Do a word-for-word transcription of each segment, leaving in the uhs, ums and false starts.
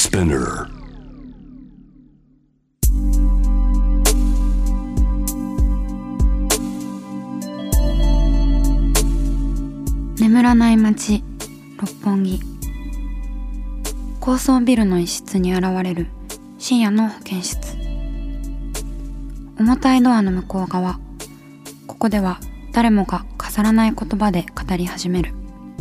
Spinner. 眠らない街六本木。高層ビルの一室に現れる深夜の保健室。重たいドアの向こう側、ここでは誰もが飾らない言葉で語り始める。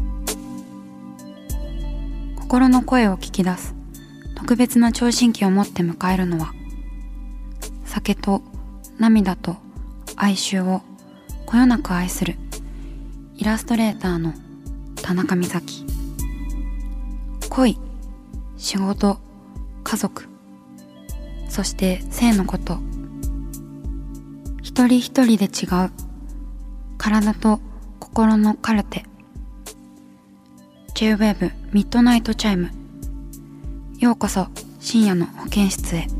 心の声を聞き出す特別な聴診器を持って迎えるのは、酒と涙と哀愁をこよなく愛するイラストレーターの田中美咲。恋、仕事、家族、そして性のこと、一人一人で違う体と心のカルテ。 J-ウェーブ ミッドナイトチャイム。ようこそ深夜の保健室へ。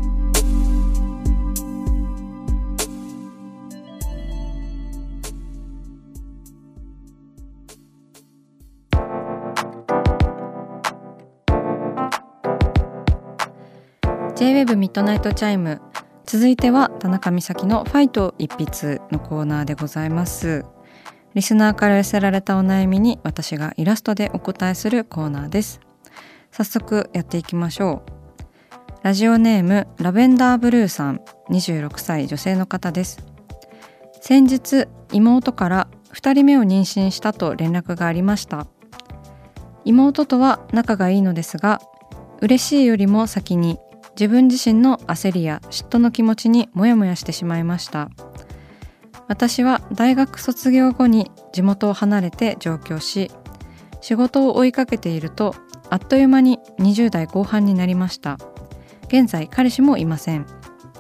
J-ウェーブ ミッドナイトチャイム。続いては田中美咲のファイト一筆のコーナーでございます。リスナーから寄せられたお悩みに私がイラストでお答えするコーナーです。早速やっていきましょう。ラジオネームラベンダーブルーさん、にじゅうろくさい女性の方です。先日妹からふたりめを妊娠したと連絡がありました。妹とは仲がいいのですが、嬉しいよりも先に自分自身の焦りや嫉妬の気持ちにモヤモヤしてしまいました。私は大学卒業後に地元を離れて上京し、仕事を追いかけているとあっという間ににじゅう代後半になりました。現在彼氏もいません。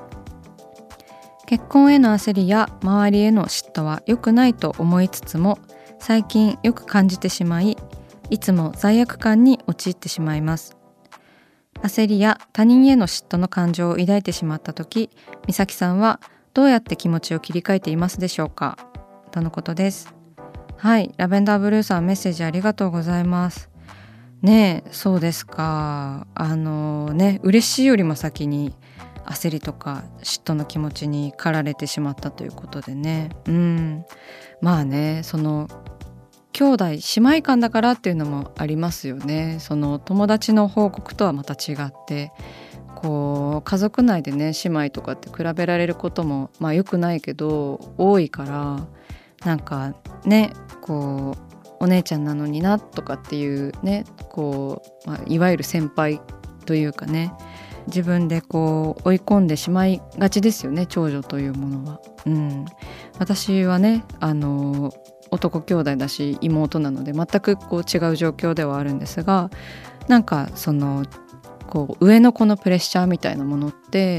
結婚への焦りや周りへの嫉妬は良くないと思いつつも、最近よく感じてしまい、いつも罪悪感に陥ってしまいます。焦りや他人への嫉妬の感情を抱いてしまったとき、美咲さんはどうやって気持ちを切り替えていますでしょうか、とのことです。はい、ラベンダーブルーさん、メッセージありがとうございます。ねえ、そうですか。あのね、嬉しいよりも先に焦りとか嫉妬の気持ちに駆られてしまったということでね。うん、まあね、その兄弟姉妹間だからっていうのもありますよね。その友達の報告とはまた違って、こう家族内でね、姉妹とかって比べられることもまあ良くないけど多いから、なんかね、こうお姉ちゃんなのになとかっていうね、こう、まあ、いわゆる先輩というかね、自分でこう追い込んでしまいがちですよね、長女というものは。うん、私はね、あの男兄弟だし妹なので全くこう違う状況ではあるんですが、なんかそのこう上の子のプレッシャーみたいなものって、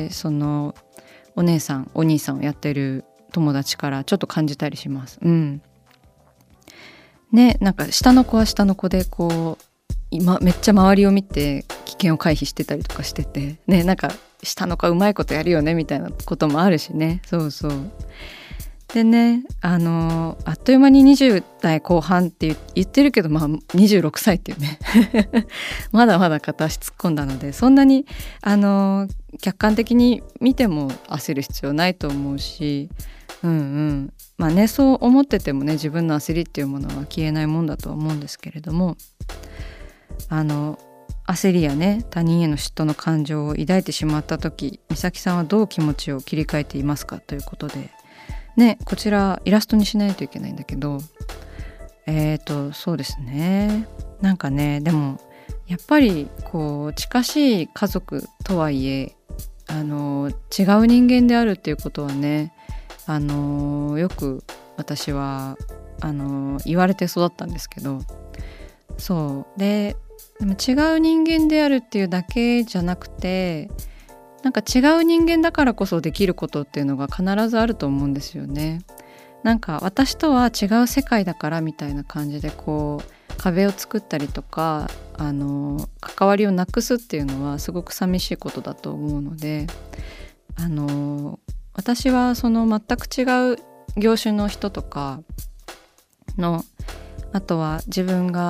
そのお姉さんお兄さんをやってる友達からちょっと感じたりします。うんね、なんか下の子は下の子でこう今めっちゃ周りを見て危険を回避してたりとかしててね、なんか下の子はうまいことやるよねみたいなこともあるしね。そうそうでね、あのあっという間ににじゅう代後半って言ってるけど、まあにじゅうろくさいっていうねまだまだ片足突っ込んだので、そんなにあの客観的に見ても焦る必要ないと思うし、うんうんまあね、そう思っててもね、自分の焦りっていうものは消えないもんだとは思うんですけれども、あの焦りやね、他人への嫉妬の感情を抱いてしまった時、美咲さんはどう気持ちを切り替えていますかということでね、こちらイラストにしないといけないんだけど、えーとそうですね、なんかね、でもやっぱりこう近しい家族とはいえ、あの違う人間であるっていうことはね、あのよく私はあの言われて育ったんですけど、そうで、でも違う人間であるっていうだけじゃなくて、なんか違う人間だからこそできることっていうのが必ずあると思うんですよね。なんか私とは違う世界だからみたいな感じでこう壁を作ったりとか、あの関わりをなくすっていうのはすごく寂しいことだと思うので、あの私はその全く違う業種の人とかの、あとは自分が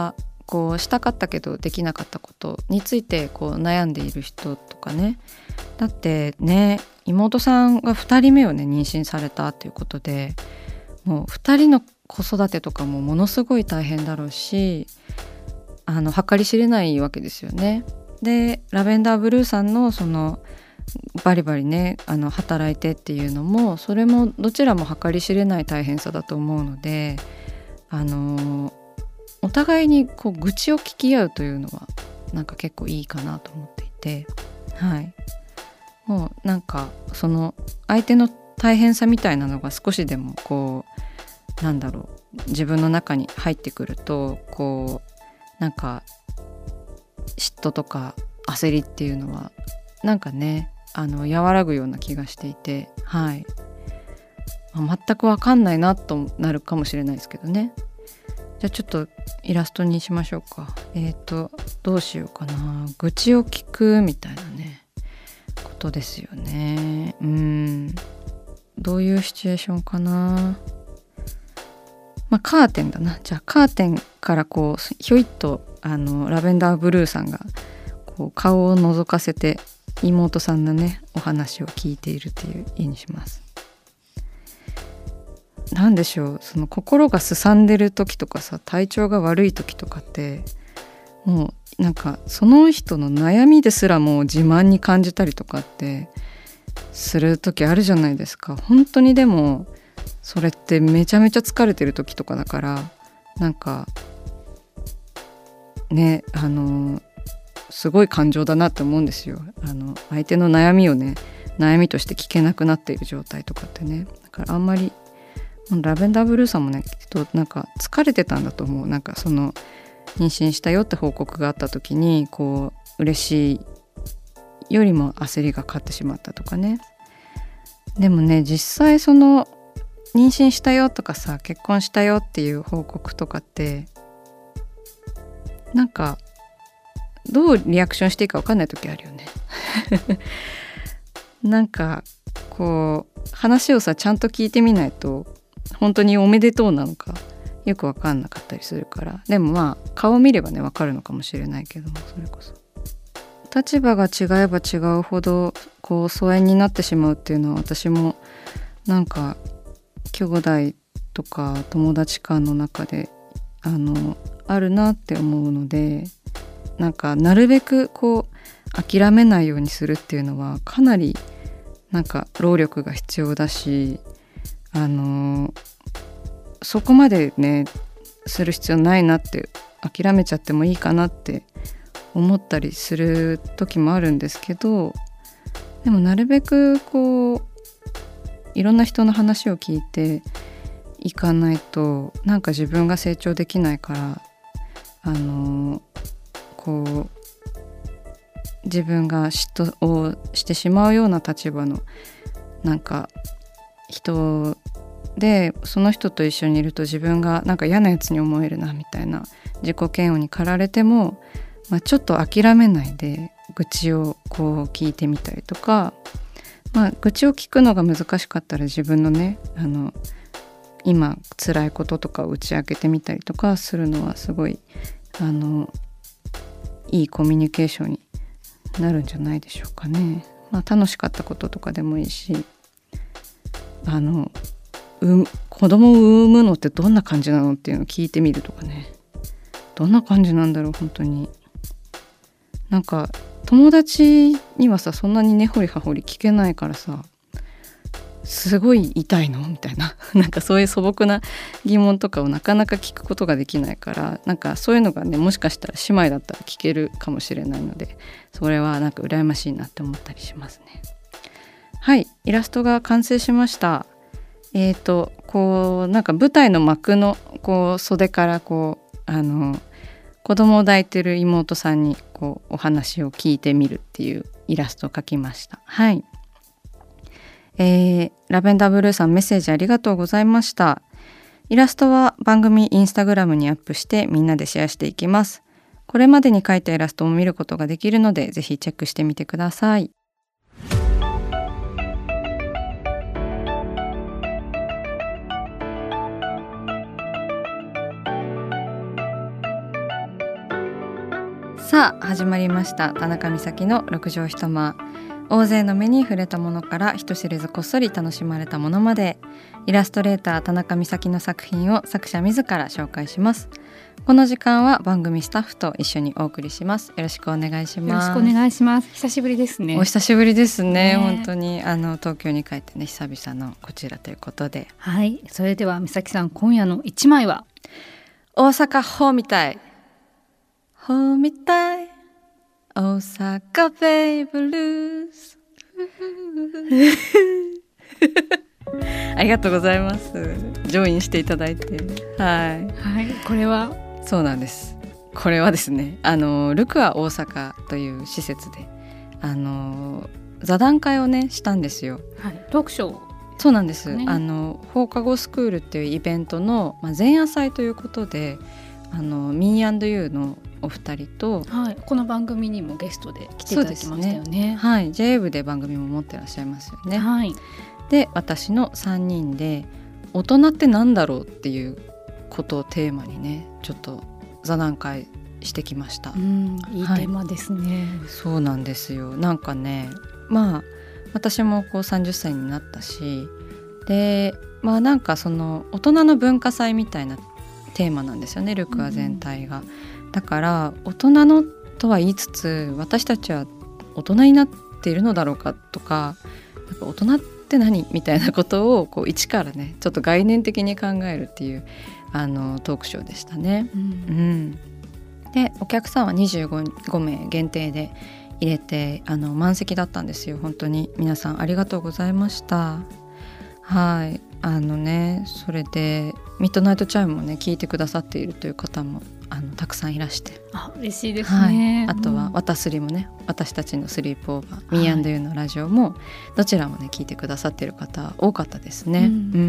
こうしたかったけどできなかったことについてこう悩んでいる人とかね、だってね妹さんがふたりめをね妊娠されたっていうことで、もうふたりの子育てとかもものすごい大変だろうし、あの計り知れないわけですよね。でラベンダーブルーさんのそのバリバリねあの働いてっていうのも、それもどちらも計り知れない大変さだと思うので、あのお互いにこう愚痴を聞き合うというのはなんか結構いいかなと思っていて、はい、もうなんかその相手の大変さみたいなのが少しでもこうなんだろう自分の中に入ってくると、こうなんか嫉妬とか焦りっていうのはなんかねあの和らぐような気がしていて、はい、まあ、全く分かんないなとなるかもしれないですけどね。じゃあちょっとイラストにしましょうか。えーとどうしようかな。愚痴を聞くみたいなねことですよね。うーんどういうシチュエーションかな。まあカーテンだな。じゃあカーテンからこうひょいっとあのラベンダーブルーさんがこう顔を覗かせて妹さんのねお話を聞いているという絵にします。なんでしょう、その心がすさんでる時とかさ、体調が悪い時とかってもうなんかその人の悩みですらもう自慢に感じたりとかってする時あるじゃないですか。本当にでもそれってめちゃめちゃ疲れてる時とかだから、なんかねあのすごい感情だなって思うんですよ。あの相手の悩みをね悩みとして聞けなくなっている状態とかってね。だからあんまりラベンダーブルーさんもねきっとなんか疲れてたんだと思う。なんかその妊娠したよって報告があった時にこう嬉しいよりも焦りが勝ってしまったとかね。でもね実際その妊娠したよとかさ結婚したよっていう報告とかってなんかどうリアクションしていいか分かんない時あるよねなんかこう話をさちゃんと聞いてみないと本当におめでとうなのかよく分かんなかったりするから。でもまあ顔見ればね分かるのかもしれないけども、それこそ立場が違えば違うほどこう疎遠になってしまうっていうのは私もなんか兄弟とか友達間の中であのあるなって思うので、なんかなるべくこう諦めないようにするっていうのはかなりなんか労力が必要だし、あのそこまでねする必要ないなって、諦めちゃってもいいかなって思ったりする時もあるんですけど、でもなるべくこういろんな人の話を聞いていかないとなんか自分が成長できないから、あのこう自分が嫉妬をしてしまうような立場のなんか人で、その人と一緒にいると自分がなんか嫌なやつに思えるなみたいな自己嫌悪に駆られても、まあ、ちょっと諦めないで愚痴をこう聞いてみたりとか、まあ、愚痴を聞くのが難しかったら自分のねあの今辛いこととかを打ち明けてみたりとかするのはすごいあのいいコミュニケーションになるんじゃないでしょうかね。まあ、楽しかったこととかでもいいし、あのう子供を産むのってどんな感じなのっていうのを聞いてみるとかね。どんな感じなんだろう本当に。なんか友達にはさそんなに根掘り葉掘り聞けないからさ、すごい痛いのみたいななんかそういう素朴な疑問とかをなかなか聞くことができないから、なんかそういうのがねもしかしたら姉妹だったら聞けるかもしれないので、それはなんか羨ましいなって思ったりしますね。はい、イラストが完成しました。えーとこうなんか舞台の幕のこう袖からこうあの子供を抱いてる妹さんにこうお話を聞いてみるっていうイラストを描きました。はい、えー、ラベンダーブルーさんメッセージありがとうございました。イラストは番組インスタグラムにアップしてみんなでシェアしていきます。これまでに描いたイラストも見ることができるのでぜひチェックしてみてください。 さあ始まりました、田中美咲の六畳一間。大勢の目に触れたものから人知れずこっそり楽しまれたものまで、イラストレーター田中美咲の作品を作者自ら紹介します。この時間は番組スタッフと一緒にお送りします。よろしくお願いします。 よろしくお願いします。久しぶりですね。 お久しぶりですね。 ね、 本当にあの東京に帰ってね、久々のこちらということで、 はい、それでは美咲さん、今夜の一枚は大阪ホーみたいホーみたい大阪ベイブルースありがとうございます。上演していただいて、はい、 はい、これはそうなんです。これはですね、あのルクア大阪という施設であの座談会をねしたんですよ。 はい、トークショー。 そうなんです、 ね、 あの放課後スクールっていうイベントの、まあ、前夜祭ということで、あのミー&ユーのお二人と、 はい、この番組にもゲストで来ていただきましたよ ね, ね、 はい、ジェイエーブイ で番組も持ってらっしゃいますよね、 はい、 で私のさんにんで大人ってなんだろうっていうことをテーマにね、ちょっと座談会してきました。 うん、いいテーマですね、 はい、そうなんですよ。なんかね、まあ私もこうさんじゅっさいになったし、でまあなんかその大人の文化祭みたいなテーマなんですよね、ルクア全体が、うん、だから大人のとは言いつつ、私たちは大人になっているのだろうかとか、やっぱ大人って何みたいなことをこう一からね、ちょっと概念的に考えるっていうあのトークショーでしたね、うんうん、でお客さんはにじゅうごめい限定で入れて、あの満席だったんですよ。本当に皆さんありがとうございました。はい、あのね、それでミッドナイトチャイムもね聞いてくださっているという方もあのたくさんいらして、 あ、嬉しいですね、 はい、あとはわたすりもね、私たちのスリープオーバー、ミー&ユーのラジオもどちらもね聞いてくださっている方多かったですね、うんうんうん、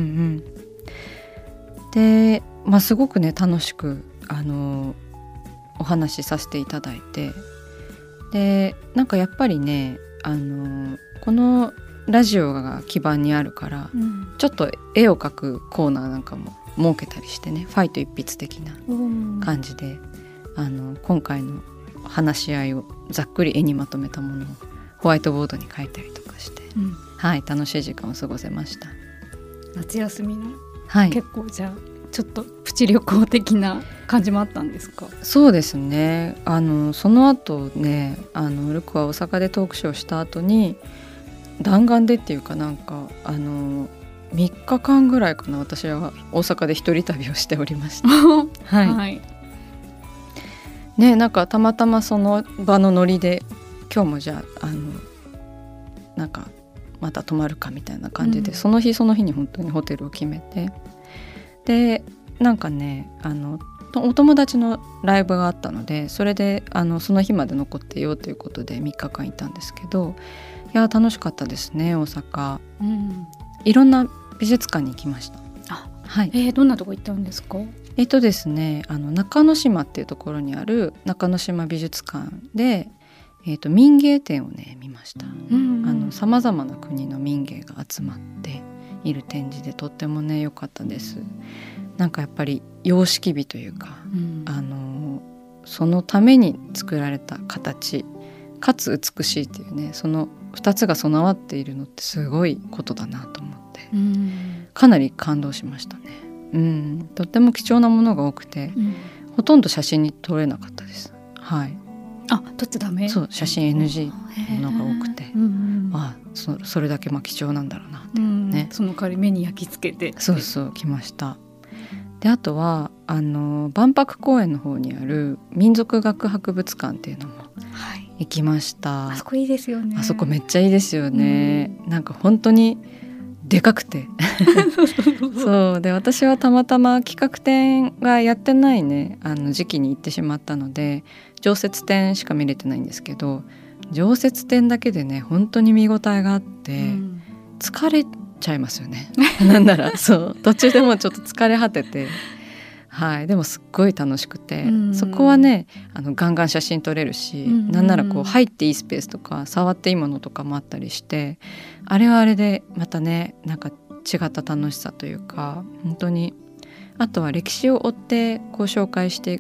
で、まあ、すごくね楽しくあのお話しさせていただいて、でなんかやっぱりね、あのこのラジオが基盤にあるから、うん、ちょっと絵を描くコーナーなんかも設けたりしてね、ファイト一筆的な感じで、あの今回の話し合いをざっくり絵にまとめたものをホワイトボードに書いたりとかして、うん、はい、楽しい時間を過ごせました。 夏休みの、 はい、 結構じゃあちょっとプチ旅行的な感じもあったんですか？ そうですね、あのその後ね、あのルクは大阪でトークショーした後に弾丸でっていうか、なんかあのみっかかんぐらいかな、私は大阪で一人旅をしておりましたはい、はい、ね、なんかたまたまその場のノリで今日もじゃあ、あのなんかまた泊まるかみたいな感じで、うん、その日その日に本当にホテルを決めて、でなんかね、あのお友達のライブがあったので、それであのその日まで残ってよということでみっかかんいたんですけど、いや楽しかったですね、大阪、うん、いろんな美術館に行きました。 あ、はい、えー、どんなとこ行ったんですか？ えっとですね、あの中之島っていうところにある中之島美術館で、えー、と民芸展をね見ました。さまざまな国の民芸が集まっている展示で、とってもね良かったです。なんかやっぱり様式美というか、うん、あのそのために作られた形かつ美しいっていうね、そのふたつが備わっているのってすごいことだなと思って、うん、かなり感動しましたね、うん、とっても貴重なものが多くて、うん、ほとんど写真に撮れなかったです。はい、 あ、撮っちゃダメ？そう、 写真 エヌジー のが多くて、うんうん、あ そ, それだけまあ貴重なんだろうなって、ね、 うん、その代わり目に焼き付けて、 そうそう来ました。であとはあの万博公園の方にある民族学博物館っていうのも行きました、 はい、あそこいいですよね。 あそこめっちゃいいですよね、うん、なんか本当にでかくてそうで、私はたまたま企画展がやってないねあの時期に行ってしまったので、常設展しか見れてないんですけど、常設展だけでね本当に見応えがあって、うん、疲れちゃいますよねなんならそう途中でもちょっと疲れ果てて、はい、でもすっごい楽しくて、うん、そこはねあのガンガン写真撮れるし、うん、なんならこう入っていいスペースとか触っていいものとかもあったりして、あれはあれでまたねなんか違った楽しさというか、本当にあとは歴史を追ってこう紹介して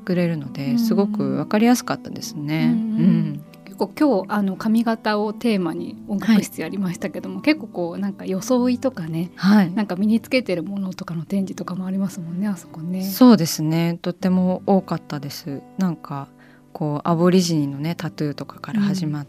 くれるのですごく分かりやすかったですね。 うんうん、結構今日あの髪型をテーマに音楽室やりましたけども、はい、結構こうなんか装いとかね、はい、なんか身につけてるものとかの展示とかもありますもんね、あそこね。 そうですね、とっても多かったです。なんかこうアボリジニのねタトゥーとかから始まって、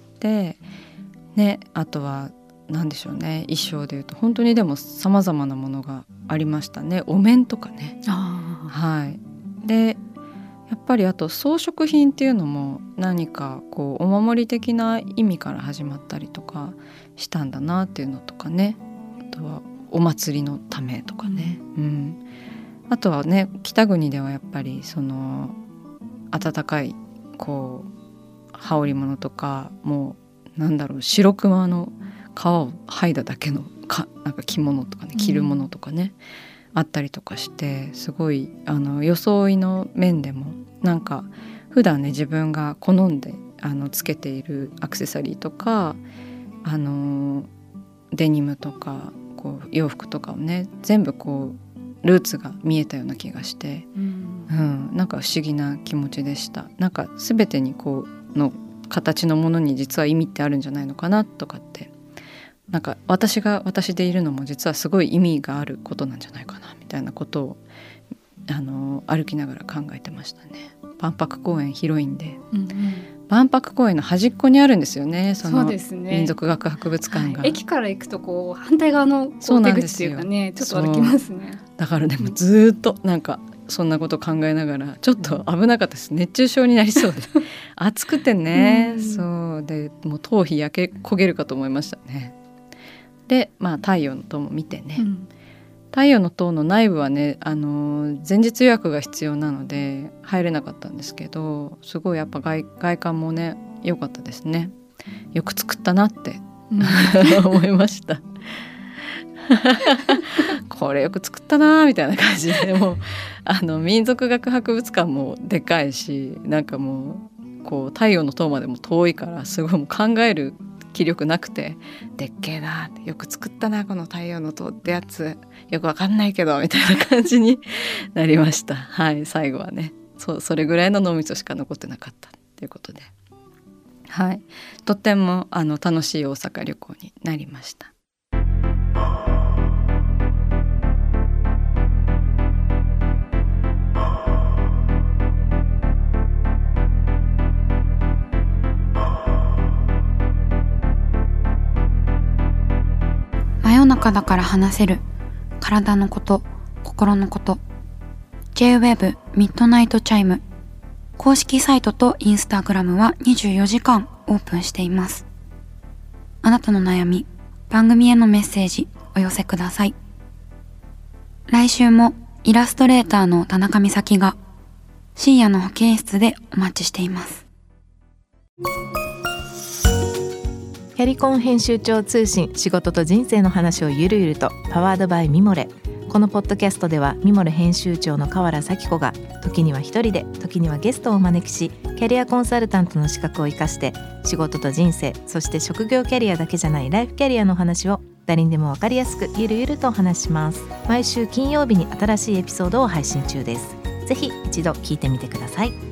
うん、ね、あとはなんでしょうね、衣装でいうと本当にでもさまざまなものがありましたね。お面とかね。あ、はい、でやっぱりあと装飾品っていうのも何かこうお守り的な意味から始まったりとかしたんだなっていうのとかね、あとはお祭りのためとかね、うんうん、あとはね北国ではやっぱりその暖かいこう羽織物とか、もうなんだろう、白熊の皮を剥いだだけのかなんか着物とかね、着るものとかね、うん、あったりとかして、すごいあの装いの面でもなんか普段ね自分が好んであのつけているアクセサリーとか、あのデニムとかこう洋服とかをね全部こうルーツが見えたような気がして、うんうん、なんか不思議な気持ちでした。なんか全てにこうの形のものに実は意味ってあるんじゃないのかなとかって、なんか私が私でいるのも実はすごい意味があることなんじゃないかなみたいなことをあの歩きながら考えてましたね。万博公園広いんで、うんうん、万博公園の端っこにあるんですよね、その民族学博物館が、 はい、駅から行くとこう反対側の出口っていうかね、ちょっと歩きますね。 だからでもずっとなんかそんなこと考えながらちょっと危なかったです。熱中症になりそうで暑くてね、うん、そうでもう頭皮焼け焦げるかと思いましたね。で、まあ、太陽の塔も見てね、うん、太陽の塔の内部はね、あの前日予約が必要なので入れなかったんですけど、すごいやっぱ 外, 外観もね良かったですね。よく作ったなって、うん、思いましたこれよく作ったなみたいな感じで、もうあの民族学博物館もでかいし、なんかもうこう太陽の塔までも遠いから、すごいもう考える気力なくて、でっけえな、よく作ったなこの太陽の塔ってやつ、よくわかんないけどみたいな感じになりました。はい、最後はね、そうそれぐらいの脳みそしか残ってなかったということで、はい、とってもあの楽しい大阪旅行になりました。 真夜中だから話せる体のこと、心のこと。 ジェイウェブ ミッドナイトチャイム公式サイトとインスタグラムはにじゅうよじかんオープンしています。あなたの悩み、番組へのメッセージお寄せください。来週もイラストレーターの田中美咲が深夜の保健室でお待ちしています。 キャリコン編集長通信、仕事と人生の話をゆるゆると、パワードバイミモレ。このポッドキャストではミモレ編集長の河原咲子が時には一人で、時にはゲストをお招きし、キャリアコンサルタントの資格を生かして仕事と人生、そして職業キャリアだけじゃないライフキャリアの話を誰にでも分かりやすくゆるゆるとお話します。毎週金曜日に新しいエピソードを配信中です。ぜひ一度聞いてみてください。